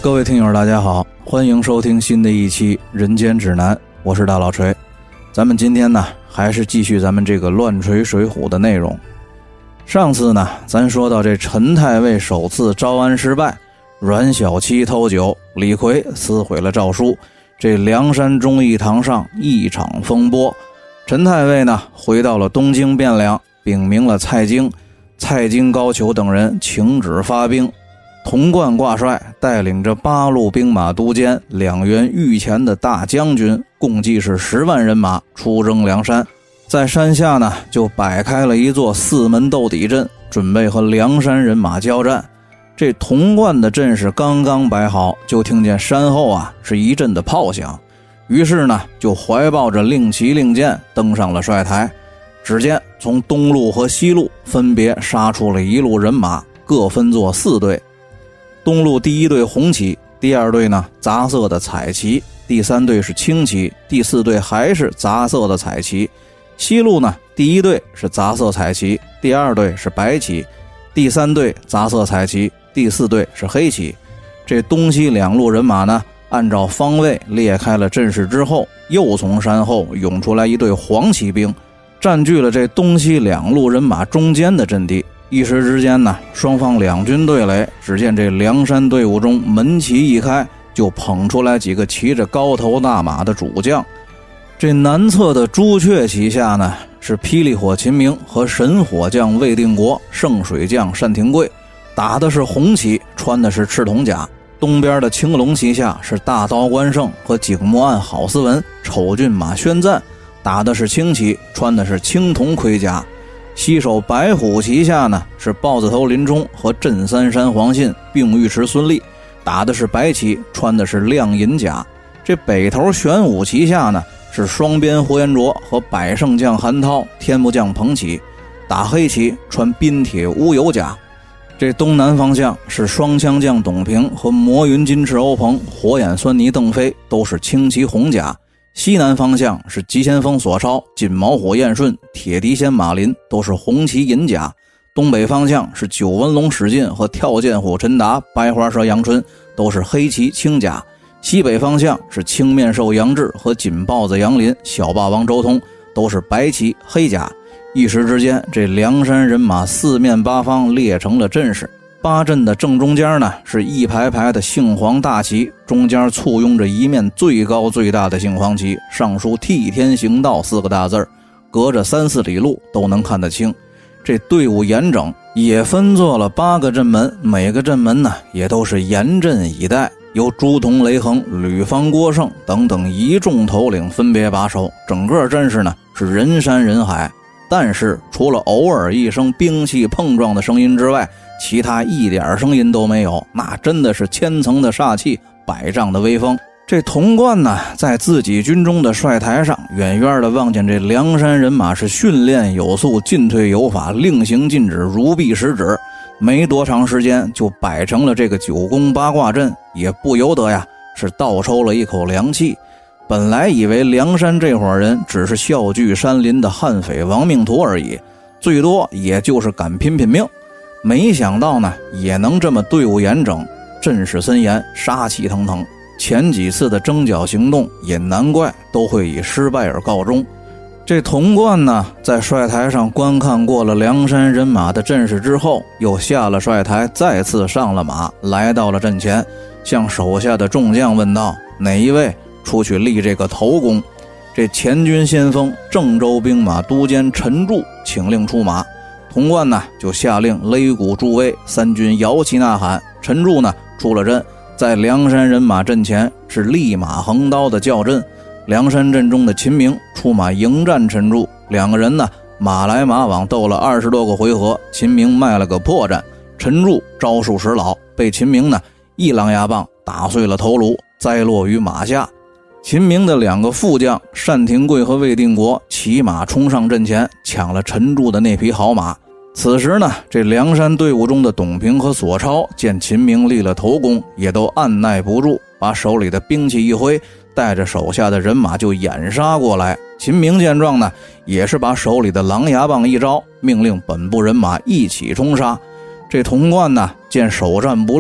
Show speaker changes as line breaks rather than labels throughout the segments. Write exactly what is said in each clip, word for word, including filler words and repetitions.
各位听友大家好，欢迎收听新的一期人间指南，我是大老锤。咱们今天呢还是继续咱们这个乱锤水浒的内容。上次呢咱说到这陈太尉首次招安失败，阮小七偷酒，李逵撕毁了诏书，这梁山忠义堂上一场风波。陈太尉呢回到了东京汴梁，禀明了蔡京，蔡京、高俅等人请旨发兵。童贯挂帅带领着八路兵马都监、两员御前的大将军，共计是十万人马出征梁山。在山下呢就摆开了一座四门斗底阵，准备和梁山人马交战。这童贯的阵势刚刚摆好，就听见山后啊是一阵的炮响，于是呢就怀抱着令旗令箭登上了帅台。只见从东路和西路分别杀出了一路人马，各分作四队。东路第一队红旗，第二队呢杂色的彩旗，第三队是青旗，第四队还是杂色的彩旗。西路呢第一队是杂色彩旗，第二队是白旗，第三队杂色彩旗，第四队是黑旗。这东西两路人马呢按照方位列开了阵势之后，又从山后涌出来一队黄旗兵，占据了这东西两路人马中间的阵地。一时之间呢，双方两军对垒，只见这梁山队伍中门旗一开，就捧出来几个骑着高头大马的主将。这南侧的朱雀旗下呢，是霹雳火秦明和神火将魏定国、圣水将单廷贵，打的是红旗，穿的是赤铜甲。东边的青龙旗下是大刀关胜和景木案郝思文、丑郡马宣赞，打的是青旗，穿的是青铜盔甲。西首白虎旗下呢是豹子头林冲和镇三山黄信、并尉迟孙立，打的是白旗，穿的是亮银甲。这北头玄武旗下呢是双边呼延灼和百胜将韩涛、天目将彭起，打黑旗，穿冰铁乌有甲。这东南方向是双枪将董平和魔云金翅欧鹏、火眼狻猊邓飞，都是青旗红甲。西南方向是急先锋索超、锦毛虎燕顺、铁笛仙马林，都是红旗银甲。东北方向是九纹龙史进和跳涧虎陈达、白花蛇杨春，都是黑旗青甲。西北方向是青面兽杨志和锦豹子杨林、小霸王周通，都是白旗黑甲。一时之间，这梁山人马四面八方列成了阵势。八阵的正中间呢是一排排的杏黄大旗，中间簇拥着一面最高最大的杏黄旗，上书替天行道四个大字，隔着三四里路都能看得清。这队伍严整，也分作了八个阵门，每个阵门呢也都是严阵以待，由朱仝、雷横、吕方、郭盛等等一众头领分别把守，整个阵势呢是人山人海。但是除了偶尔一声兵器碰撞的声音之外，其他一点声音都没有，那真的是千层的煞气，百丈的威风。这童贯呢在自己军中的帅台上，远远的望见这梁山人马是训练有素，进退有法，令行禁止，如臂使指。没多长时间就摆成了这个九宫八卦阵，也不由得呀是倒抽了一口凉气。本来以为梁山这伙人只是笑聚山林的悍匪亡命徒而已，最多也就是敢拼拼命，没想到呢也能这么队伍严整，阵势森严，杀气腾腾。前几次的征剿行动也难怪都会以失败而告终。这童贯呢在帅台上观看过了梁山人马的阵势之后，又下了帅台，再次上了马，来到了阵前，向手下的众将问道：哪一位出去立这个头功？这前军先锋郑州兵马都监陈柱请令出马。童贯呢就下令擂鼓助威，三军摇旗呐喊。陈柱呢出了阵，在梁山人马阵前是立马横刀的叫阵。梁山阵中的秦明出马迎战陈柱，两个人呢马来马往斗了二十多个回合，秦明卖了个破绽，陈柱招数使老，被秦明呢一狼牙棒打碎了头颅，栽落于马下。秦明的两个副将单廷贵和魏定国骑马冲上阵前，抢了陈柱的那匹好马。此时呢，这梁山队伍中的董平和索超见秦明立了头功，也都按耐不住，把手里的兵器一挥，带着手下的人马就掩杀过来。秦明见状呢，也是把手里的狼牙棒一招，命令本部人马一起冲杀。这童贯呢见首战不利，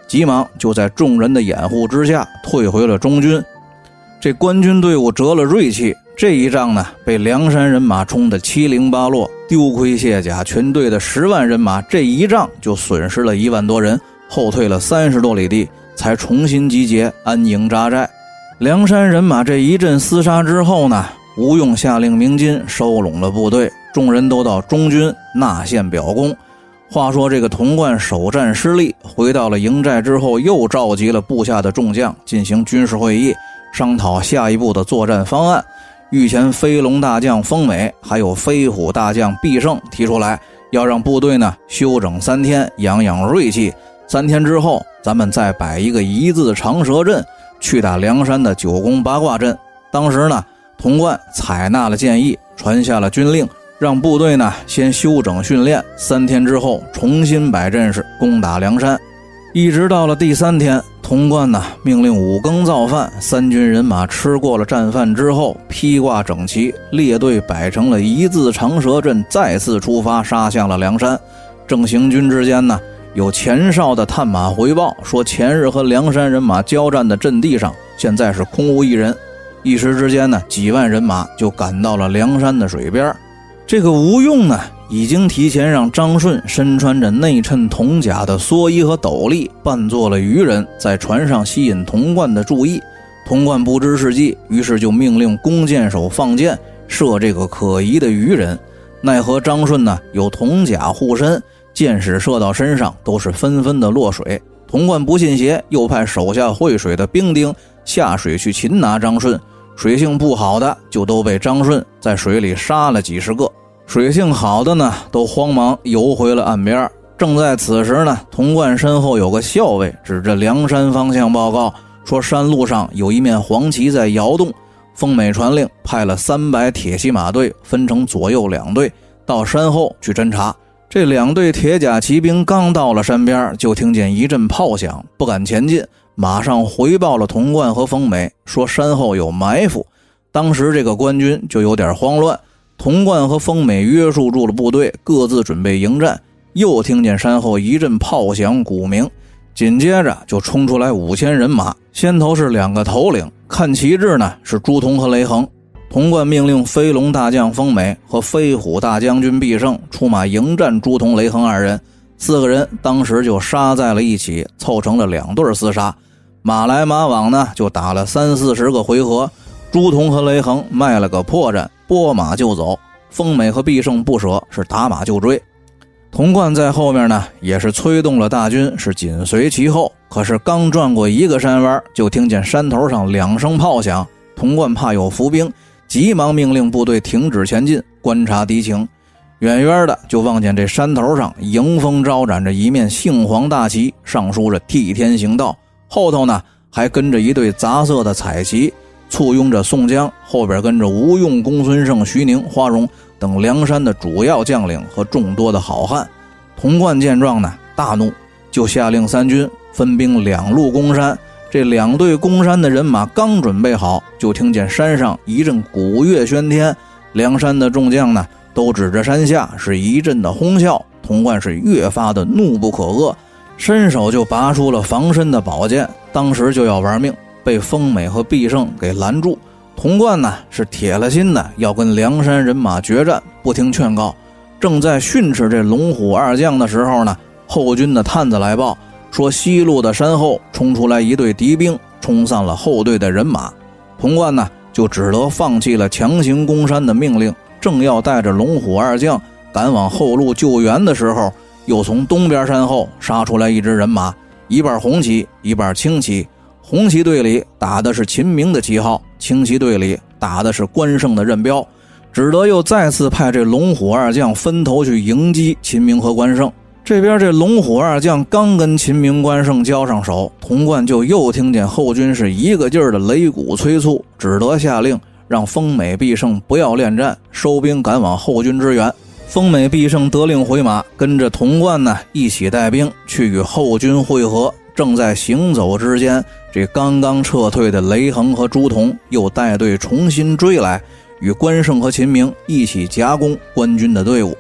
急忙就在众人的掩护之下退回了中军。这官军队伍折了锐气，这一仗呢，被梁山人马冲得七零八落，丢盔卸甲，全队的十万人马这一仗就损失了一万多人，后退了三十多里地，才重新集结安营扎寨。梁山人马这一阵厮杀之后呢，吴用下令鸣金收拢了部队，众人都到中军纳献表功。话说这个童贯首战失利，回到了营寨之后，又召集了部下的众将进行军事会议，商讨下一步的作战方案。御前飞龙大将封美还有飞虎大将毕胜提出来，要让部队呢休整三天，养养锐气，三天之后咱们再摆一个一字长蛇阵去打梁山的九宫八卦阵。当时呢，童贯采纳了建议，传下了军令，让部队呢先休整训练，三天之后重新摆阵势攻打梁山。一直到了第三天，童贯呢命令五更造饭，三军人马吃过了战饭之后，披挂整齐，列队摆成了一字长蛇阵，再次出发杀向了梁山。正行军之间呢，有前哨的探马回报说，前日和梁山人马交战的阵地上现在是空无一人。一时之间呢，几万人马就赶到了梁山的水边。这个吴用呢，已经提前让张顺身穿着内衬铜甲的蓑衣和斗笠，扮作了渔人，在船上吸引童贯的注意。童贯不知是计，于是就命令弓箭手放箭射这个可疑的渔人。奈何张顺呢有铜甲护身，箭矢射到身上都是纷纷的落水。童贯不信邪，又派手下会水的兵丁下水去擒拿张顺，水性不好的就都被张顺在水里杀了几十个，水性好的呢都慌忙游回了岸边。正在此时呢，童贯身后有个校尉指着梁山方向报告说，山路上有一面黄旗在摇动。封美传令派了三百铁骑马队分成左右两队到山后去侦查。这两队铁甲骑兵刚到了山边，就听见一阵炮响，不敢前进，马上回报了童贯和封美，说山后有埋伏。当时这个官军就有点慌乱，童贯和封美约束住了部队，各自准备迎战。又听见山后一阵炮响鼓鸣，紧接着就冲出来五千人马，先头是两个头领，看旗帜呢是朱仝和雷横。童贯命令飞龙大将封美和飞虎大将军毕胜出马迎战朱仝、雷横二人，四个人当时就杀在了一起，凑成了两对厮杀。马来马往呢就打了三四十个回合，朱仝和雷横卖了个破绽，拨马就走。封美和毕胜不舍，是打马就追。童贯在后面呢也是催动了大军，是紧随其后。可是刚转过一个山弯，就听见山头上两声炮响，童贯怕有伏兵，急忙命令部队停止前进，观察敌情。远远的就望见这山头上迎风招展着一面杏黄大旗，上书着替天行道，后头呢还跟着一队杂色的彩旗，簇拥着宋江，后边跟着吴用、公孙胜、徐宁、花荣等梁山的主要将领和众多的好汉。童贯见状呢大怒，就下令三军分兵两路攻山。这两队攻山的人马刚准备好，就听见山上一阵鼓乐喧天，梁山的众将呢都指着山下是一阵的哄笑。童贯是越发的怒不可遏，伸手就拔出了防身的宝剑，当时就要玩命，被封美和毕胜给拦住。童贯呢是铁了心的要跟梁山人马决战，不听劝告。正在训斥这龙虎二将的时候呢，后军的探子来报说，西路的山后冲出来一队敌兵，冲散了后队的人马。童贯呢就只得放弃了强行攻山的命令，正要带着龙虎二将赶往后路救援的时候，又从东边山后杀出来一支人马，一半红旗一半青旗。红旗队里打的是秦明的旗号，青旗队里打的是关胜的任标，只得又再次派这龙虎二将分头去迎击秦明和关胜。这边这龙虎二将刚跟秦明、关胜交上手，童贯就又听见后军是一个劲儿的擂鼓催促，只得下令让封美、毕胜不要恋战，收兵赶往后军支援。封美、毕胜得令回马，跟着童贯呢一起带兵去与后军会合。正在行走之间，这刚刚撤退的雷横和朱仝又带队重新追来，与关胜和秦明一起夹攻官军的队伍。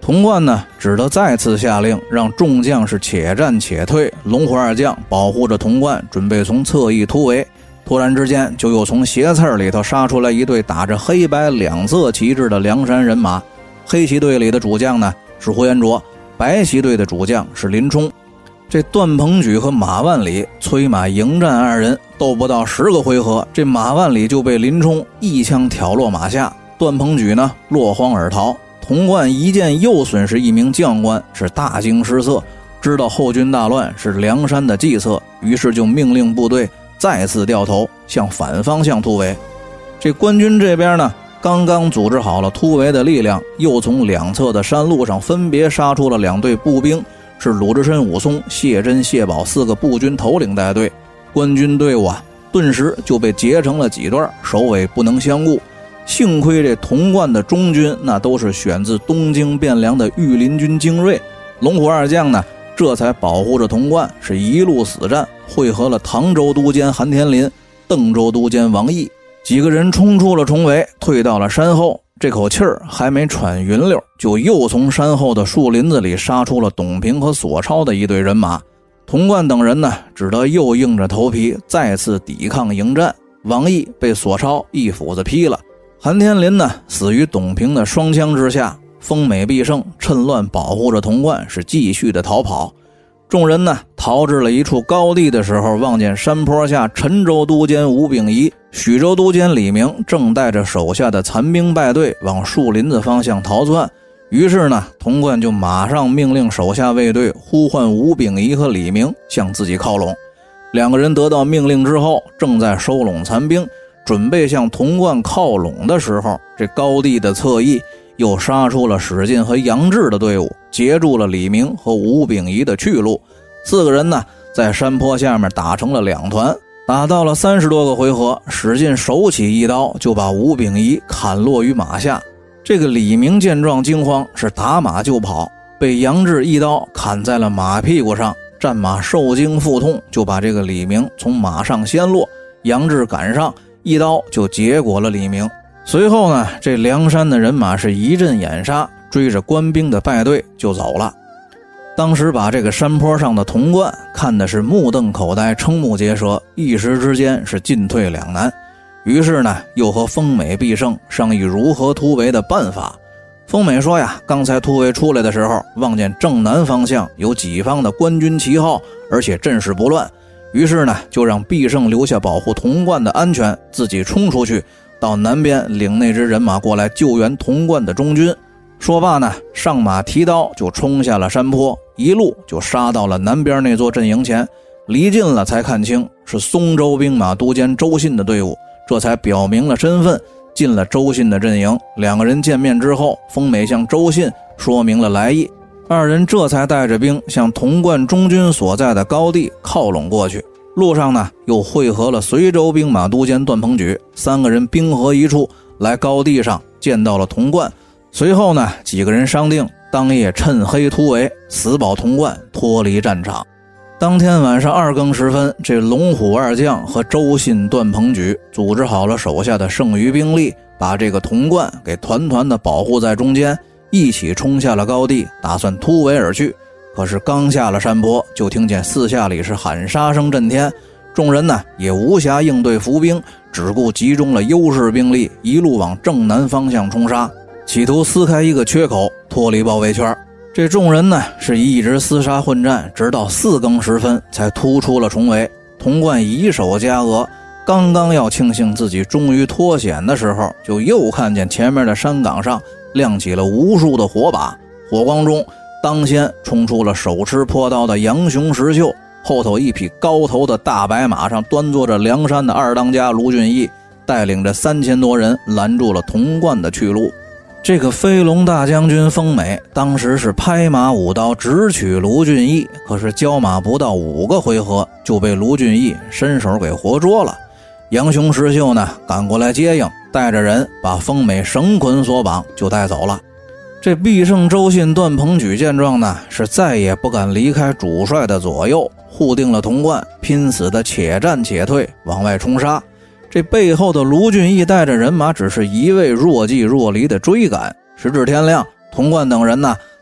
童贯呢只得再次下令，让众将士且战且退，龙虎二将保护着童贯，准备从侧翼突围。突然之间，就又从斜刺里头杀出来一队打着黑白两色旗帜的梁山人马。黑旗队里的主将呢是呼延灼，白旗队的主将是林冲。这段鹏举和马万里催马迎战二人，斗不到十个回合，这马万里就被林冲一枪挑落马下，段鹏举呢落荒而逃。童贯一见又损失一名将官，是大惊失色，知道后军大乱是梁山的计策，于是就命令部队再次掉头向反方向突围。这官军这边呢刚刚组织好了突围的力量，又从两侧的山路上分别杀出了两队步兵，是鲁智深、武松、谢珍、谢宝四个步军头领带队。官军队伍啊顿时就被截成了几段，首尾不能相顾。幸亏这童贯的中军那都是选自东京汴梁的御林军精锐，龙虎二将呢这才保护着童贯，是一路死战，会合了唐州都监韩天林、邓州都监王毅几个人，冲出了重围，退到了山后。这口气儿还没喘匀溜，就又从山后的树林子里杀出了董平和索超的一队人马。童贯等人呢只得又硬着头皮再次抵抗迎战。王毅被索超一斧子劈了，韩天林呢死于董平的双枪之下。丰美必胜趁乱保护着童贯，是继续的逃跑。众人呢逃至了一处高地的时候，望见山坡下陈州都监吴秉仪、许州都监李明正带着手下的残兵败队往树林子方向逃窜。于是呢童贯就马上命令手下卫队呼唤吴秉仪和李明向自己靠拢。两个人得到命令之后，正在收拢残兵，准备向童贯靠拢的时候，这高地的侧翼又杀出了史进和杨志的队伍，截住了李明和吴秉仪的去路。四个人呢在山坡下面打成了两团，打到了三十多个回合，史进手起一刀就把吴秉仪砍落于马下。这个李明见状惊慌，是打马就跑，被杨志一刀砍在了马屁股上，战马受惊腹痛，就把这个李明从马上掀落。杨志赶上一刀就结果了李明。随后呢这梁山的人马是一阵掩杀，追着官兵的败队就走了。当时把这个山坡上的童贯看的是目瞪口呆，瞠目结舌，一时之间是进退两难。于是呢又和丰美必胜商议如何突围的办法。丰美说呀，刚才突围出来的时候，望见正南方向有己方的官军旗号，而且阵势不乱，于是呢就让必胜留下保护童贯的安全，自己冲出去到南边领那支人马过来救援童贯的中军。说罢呢上马提刀就冲下了山坡，一路就杀到了南边那座阵营前。离近了才看清是松州兵马都监周信的队伍，这才表明了身份，进了周信的阵营。两个人见面之后，丰美向周信说明了来意，二人这才带着兵向童贯中军所在的高地靠拢过去。路上呢又会合了随州兵马都监段鹏举，三个人兵合一处，来高地上见到了童贯。随后呢几个人商定当夜趁黑突围，死保童贯脱离战场。当天晚上二更时分，这龙虎二将和周信、段鹏举组织好了手下的剩余兵力，把这个童贯给团团的保护在中间，一起冲下了高地，打算突围而去。可是刚下了山坡，就听见四下里是喊杀声震天，众人呢也无暇应对伏兵，只顾集中了优势兵力，一路往正南方向冲杀，企图撕开一个缺口，脱离包围圈。这众人呢是一直厮杀混战，直到四更时分才突出了重围。童贯以手加额，刚刚要庆幸自己终于脱险的时候，就又看见前面的山岗上亮起了无数的火把，火光中当先冲出了手持破刀的杨雄、石秀，后头一匹高头的大白马上端坐着梁山的二当家卢俊义，带领着三千多人拦住了童贯的去路。这个飞龙大将军丰美当时是拍马舞刀直取卢俊义，可是交马不到五个回合就被卢俊义伸手给活捉了。杨雄、石秀呢赶过来接应，带着人把丰美绳捆索绑就带走了。这必胜、周信、段鹏举见状呢是再也不敢离开主帅的左右，护定了童贯，拼死的且战且退往外冲杀。这背后的卢俊义带着人马只是一味若即若离的追赶。时至天亮，童贯等人呢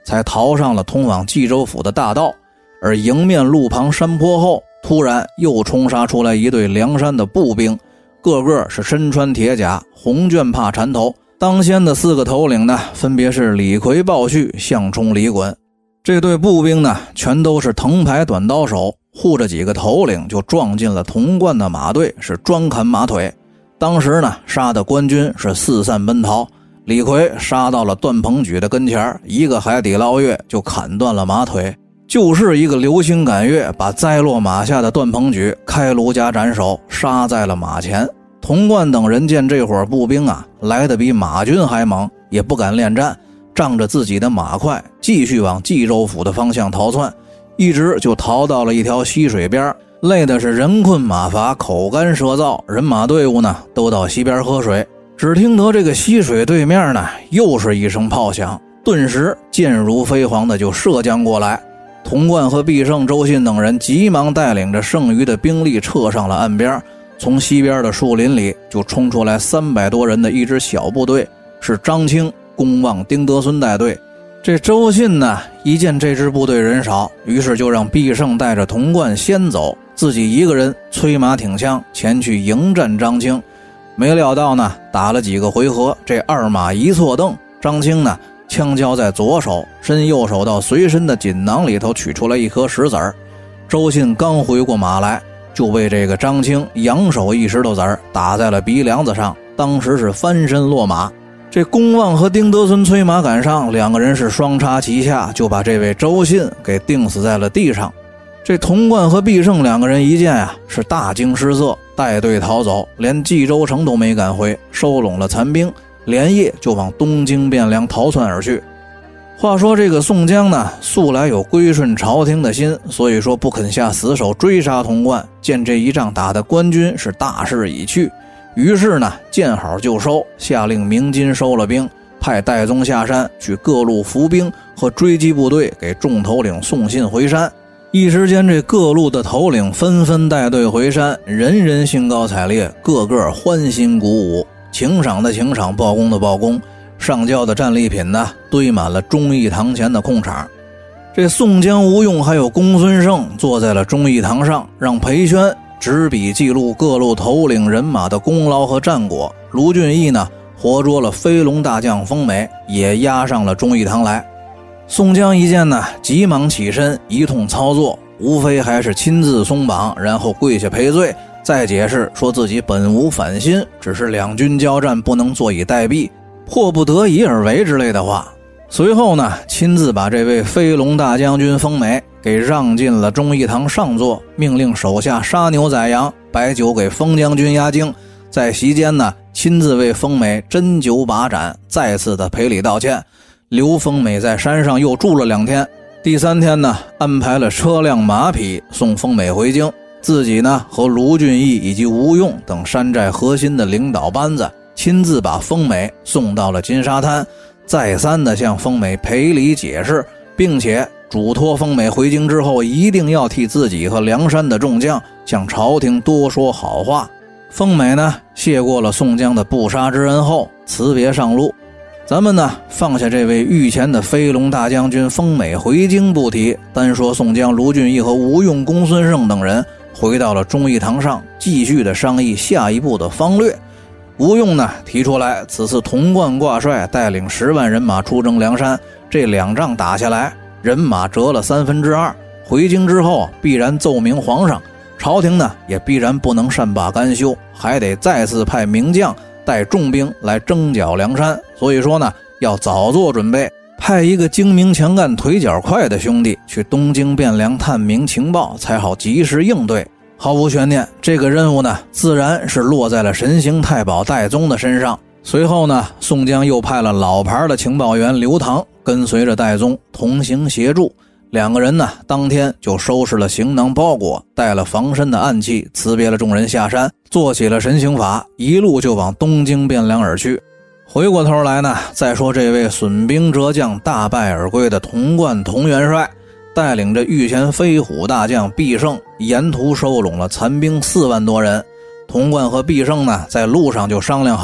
才逃上了通往冀州府的大道。而迎面路旁山坡后，突然又冲杀出来一队梁山的步兵，个个是身穿铁甲，红绢帕缠头。当先的四个头领呢，分别是李逵、鲍旭、项冲、李衮。这队步兵呢，全都是藤牌短刀手，护着几个头领就撞进了童贯的马队，是专砍马腿。当时呢，杀的官军是四散奔逃。李逵杀到了段鹏举的跟前，一个海底捞月就砍断了马腿。就是一个流星赶月，把栽落马下的段鹏举开颅夹斩首，杀在了马前。童贯等人见这伙步兵啊来得比马军还猛，也不敢恋战，仗着自己的马快，继续往冀州府的方向逃窜，一直就逃到了一条溪水边，累的是人困马乏，口干舌燥，人马队伍呢都到溪边喝水。只听得这个溪水对面呢又是一声炮响，顿时箭如飞蝗的就射将过来。童贯和毕胜、周信等人急忙带领着剩余的兵力撤上了岸边，从西边的树林里就冲出来三百多人的一支小部队，是张清、公望、丁德孙带队。这周信呢，一见这支部队人少，于是就让毕胜带着童贯先走，自己一个人催马挺枪前去迎战张清。没料到呢，打了几个回合，这二马一错蹬，张清呢枪交在左手，伸右手到随身的锦囊里头取出来一颗石子儿。周信刚回过马来，就被这个张清扬手一石头子儿打在了鼻梁子上，当时是翻身落马。这公望和丁德孙催马赶上，两个人是双叉齐下，就把这位周信给钉死在了地上。这童贯和毕胜两个人一见呀，是大惊失色，带队逃走，连冀州城都没敢回，收拢了残兵，连夜就往东京汴梁逃窜而去。话说这个宋江呢，素来有归顺朝廷的心，所以说不肯下死手追杀童贯。见这一仗打的官军是大势已去，于是呢见好就收，下令鸣金收了兵，派戴宗下山去各路伏兵和追击部队给众头领送信回山。一时间这各路的头领纷纷带队回山，人人兴高采烈，个个欢欣鼓舞，请赏的请赏，报功的报功，上交的战利品呢堆满了忠义堂前的空场。这宋江、吴用还有公孙胜坐在了忠义堂上，让裴宣执笔记录各路头领人马的功劳和战果。卢俊义呢活捉了飞龙大将风美，也押上了忠义堂来。宋江一见呢，急忙起身，一通操作，无非还是亲自松绑，然后跪下赔罪，再解释说自己本无反心，只是两军交战不能坐以待毙，迫不得已而为之类的话。随后呢，亲自把这位飞龙大将军风美给让进了忠义堂上座，命令手下杀牛宰羊，摆酒给风将军压惊。在席间呢，亲自为风美斟酒把盏，再次的赔礼道歉。刘风美在山上又住了两天，第三天呢，安排了车辆马匹送风美回京，自己呢和卢俊义以及吴用等山寨核心的领导班子，亲自把风美送到了金沙滩，再三的向风美赔礼解释，并且嘱托风美回京之后一定要替自己和梁山的众将向朝廷多说好话。风美呢谢过了宋江的不杀之恩后，辞别上路。咱们呢放下这位御前的飞龙大将军风美回京不提，单说宋江、卢俊义和吴用、公孙胜等人回到了忠义堂上，继续的商议下一步的方略。吴用呢提出来，此次童贯挂帅带领十万人马出征梁山，这两仗打下来，人马折了三分之二，回京之后必然奏明皇上，朝廷呢也必然不能善罢甘休，还得再次派名将带重兵来征剿梁山。所以说呢，要早做准备，派一个精明强干腿脚快的兄弟去东京汴梁探明情报，才好及时应对。毫无悬念，这个任务呢自然是落在了神行太保戴宗的身上。随后呢，宋江又派了老牌的情报员刘唐跟随着戴宗同行协助，两个人呢当天就收拾了行囊包裹，带了防身的暗器，辞别了众人下山，做起了神行法，一路就往东京汴梁而去。回过头来呢，再说这位损兵折将大败而归的童贯童元帅，带领着御前飞虎大将毕胜，沿途收拢了残兵四万多人。童贯和毕胜呢在路上就商量好了，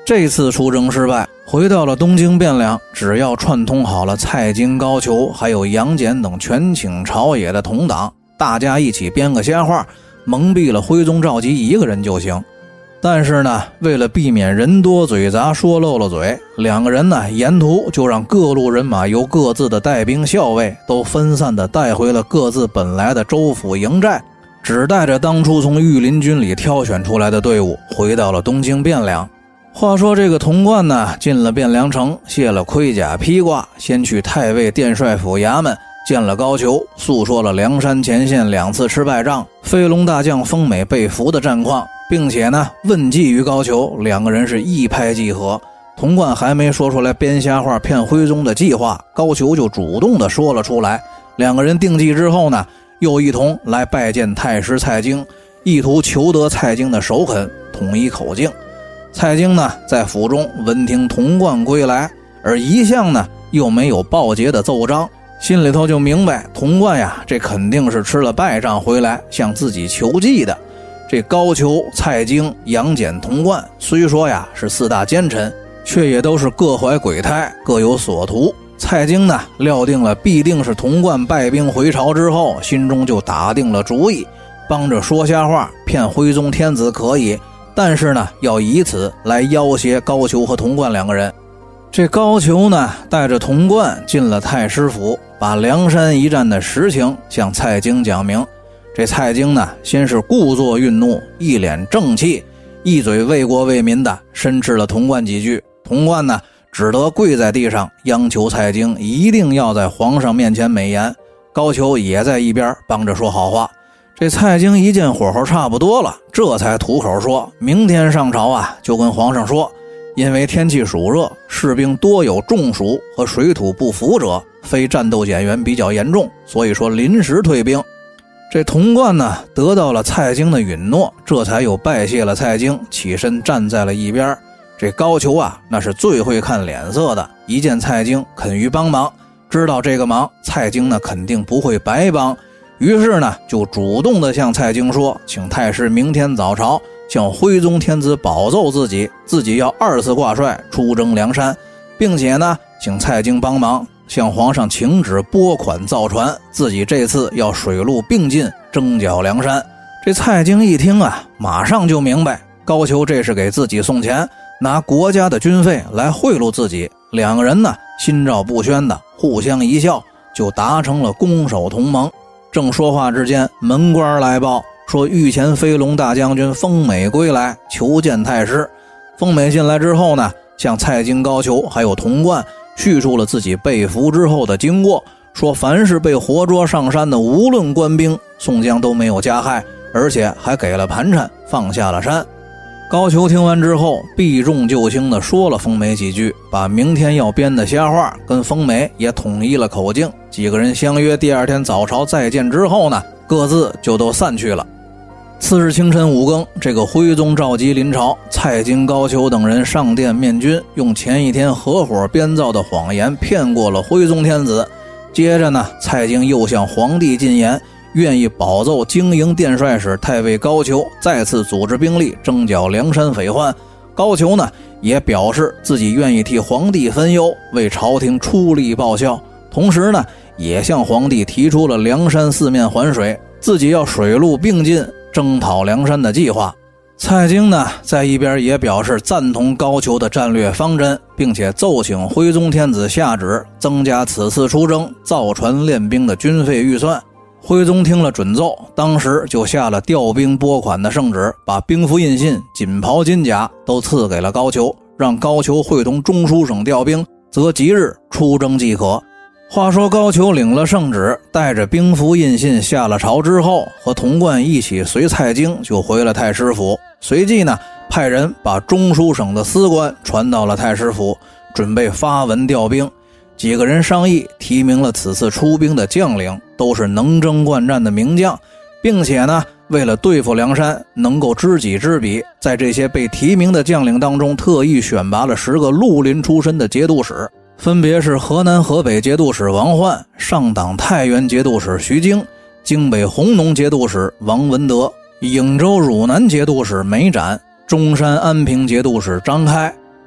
这次出征失败，回到了东京汴梁，只要串通好了蔡京、高俅还有杨戬等权倾朝野的同党，大家一起编个瞎话，蒙蔽了徽宗赵佶一个人就行。但是呢，为了避免人多嘴杂说漏了嘴，两个人呢沿途就让各路人马由各自的带兵校尉都分散地带回了各自本来的州府营寨，只带着当初从御林军里挑选出来的队伍回到了东京汴梁。话说这个童贯呢，进了汴梁城，卸了盔甲披挂，先去太尉殿帅府衙门见了高俅，诉说了梁山前线两次吃败仗，飞龙大将丰美被俘的战况，并且呢问计于高俅，两个人是一拍即合。童贯还没说出来编瞎话骗徽宗的计划，高俅就主动的说了出来。两个人定计之后呢，又一同来拜见太师蔡京，意图求得蔡京的首肯，统一口径。蔡京呢在府中闻听童贯归来，而一向呢又没有报捷的奏章，心里头就明白童贯呀，这肯定是吃了败仗回来向自己求计的。这高俅、蔡京、杨戬、童贯虽说呀是四大奸臣，却也都是各怀鬼胎，各有所图。蔡京呢料定了必定是童贯败兵回朝之后，心中就打定了主意，帮着说瞎话骗徽宗天子可以，但是呢要以此来要挟高俅和童贯两个人。这高俅呢带着童贯进了太师府，把梁山一战的实情向蔡京讲明。这蔡京呢先是故作愠怒，一脸正气，一嘴为国为民的申斥了童贯几句。童贯呢只得跪在地上央求蔡京一定要在皇上面前美言，高俅也在一边帮着说好话。这蔡京一见火候差不多了，这才吐口说明天上朝啊，就跟皇上说，因为天气暑热，士兵多有中暑和水土不服者，非战斗减员比较严重，所以说临时退兵。这童贯呢得到了蔡京的允诺，这才又拜谢了蔡京，起身站在了一边。这高俅啊那是最会看脸色的，一见蔡京肯于帮忙，知道这个忙蔡京呢肯定不会白帮，于是呢就主动的向蔡京说，请太师明天早朝向徽宗天子保奏自己，自己要二次挂帅出征梁山，并且呢请蔡京帮忙向皇上请旨拨款造船，自己这次要水陆并进征剿梁山。这蔡京一听啊，马上就明白高俅这是给自己送钱，拿国家的军费来贿赂自己。两个人呢心照不宣的互相一笑，就达成了攻守同盟。正说话之间，门官来报说御前飞龙大将军丰美归来，求见太师。丰美进来之后呢，向蔡京、高俅还有童贯叙述了自己被俘之后的经过，说凡是被活捉上山的无论官兵，宋江都没有加害，而且还给了盘缠，放下了山。高俅听完之后避重就轻地说了丰美几句，把明天要编的瞎话跟丰美也统一了口径。几个人相约第二天早朝再见之后呢，各自就都散去了。次日清晨五更，这个徽宗赵佶临朝，蔡京、高俅等人上殿面君，用前一天合伙编造的谎言骗过了徽宗天子。接着呢，蔡京又向皇帝进言，愿意保奏经营殿帅使太尉高俅再次组织兵力征剿梁山匪患。高俅呢也表示自己愿意替皇帝分忧，为朝廷出力报效，同时呢也向皇帝提出了梁山四面环水，自己要水陆并进征讨梁山的计划。蔡京呢在一边也表示赞同高俅的战略方针，并且奏请徽宗天子下旨增加此次出征造船练兵的军费预算。徽宗听了准奏，当时就下了调兵拨款的圣旨，把兵符印信、锦袍金甲都赐给了高俅，让高俅会同中书省调兵，择吉日出征即可。话说高俅领了圣旨，带着兵符印信下了朝之后，和童贯一起随蔡京就回了太师府，随即呢派人把中书省的司官传到了太师府，准备发文调兵。几个人商议，提名了此次出兵的将领都是能征惯战的名将，并且呢为了对付梁山能够知己知彼，在这些被提名的将领当中特意选拔了十个绿林出身的节度使，分别是河南河北节度使王焕、上党太原节度使徐经、京北弘农节度使王文德、颍州汝南节度使梅展、中山安平节度使张开、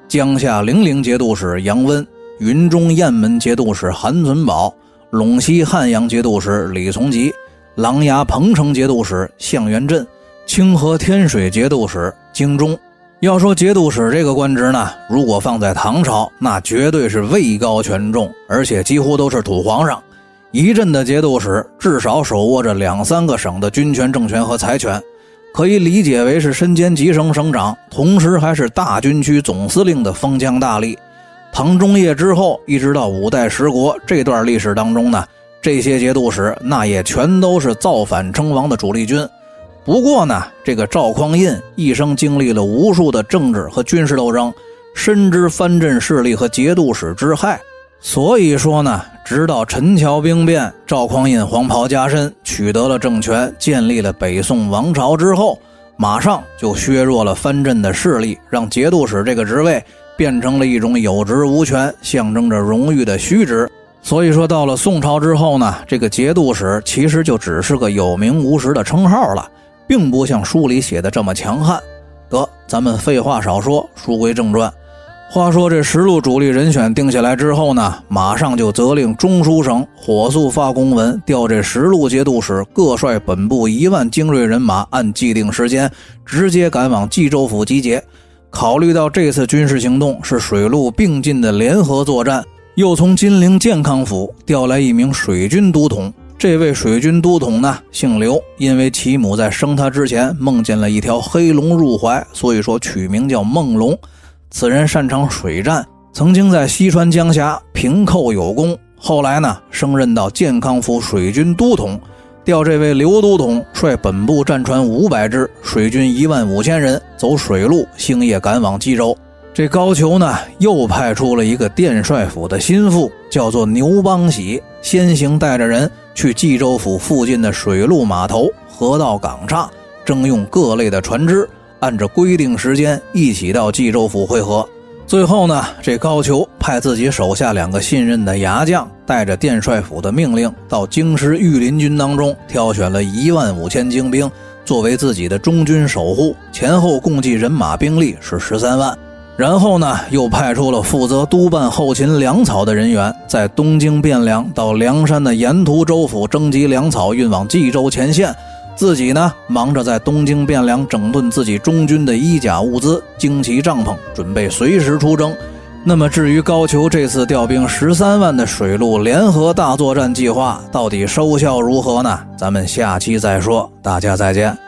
江夏零陵节度使杨温，云中雁门节度使韩存宝，陇西汉阳节度使李从吉，琅琊彭城节度使向元镇，清河天水节度使京中。要说节度使这个官职呢，如果放在唐朝，那绝对是位高权重，而且几乎都是土皇上。一镇的节度使至少手握着两三个省的军权、政权和财权，可以理解为是身兼几省省长，同时还是大军区总司令的封疆大吏。唐中叶之后一直到五代十国这段历史当中呢，这些节度使那也全都是造反称王的主力军。不过呢，这个赵匡胤一生经历了无数的政治和军事斗争，深知藩镇势力和节度使之害，所以说呢，直到陈桥兵变，赵匡胤黄袍加身，取得了政权，建立了北宋王朝之后，马上就削弱了藩镇的势力，让节度使这个职位变成了一种有职无权，象征着荣誉的虚职。所以说到了宋朝之后呢，这个节度使其实就只是个有名无实的称号了，并不像书里写的这么强悍。得，咱们废话少说，书归正传。话说这十路主力人选定下来之后呢，马上就责令中书省火速发公文，调这十路节度使各率本部一万精锐人马，按既定时间直接赶往冀州府集结。考虑到这次军事行动是水陆并进的联合作战，又从金陵健康府调来一名水军都统。这位水军都统呢姓刘，因为其母在生他之前梦见了一条黑龙入怀，所以说取名叫梦龙。此人擅长水战，曾经在西川江峡平寇有功，后来呢升任到健康府水军都统，调这位刘都统率本部战船五百只，水军一万五千人，走水路星夜赶往冀州。这高俅呢又派出了一个殿帅府的心腹，叫做牛邦喜，先行带着人去冀州府附近的水陆码头、河道港岔征用各类的船只，按照规定时间一起到冀州府会合。最后呢，这高俅派自己手下两个信任的牙将，带着殿帅府的命令，到京师御林军当中挑选了一万五千精兵，作为自己的中军守护，前后共计人马兵力是十三万。然后呢，又派出了负责督办后勤粮草的人员，在东京汴梁到梁山的沿途州府征集粮草，运往冀州前线。自己呢，忙着在东京汴梁整顿自己中军的衣甲物资，精齐帐篷，准备随时出征。那么至于高俅这次调兵十三万的水陆联合大作战计划，到底收效如何呢？咱们下期再说，大家再见。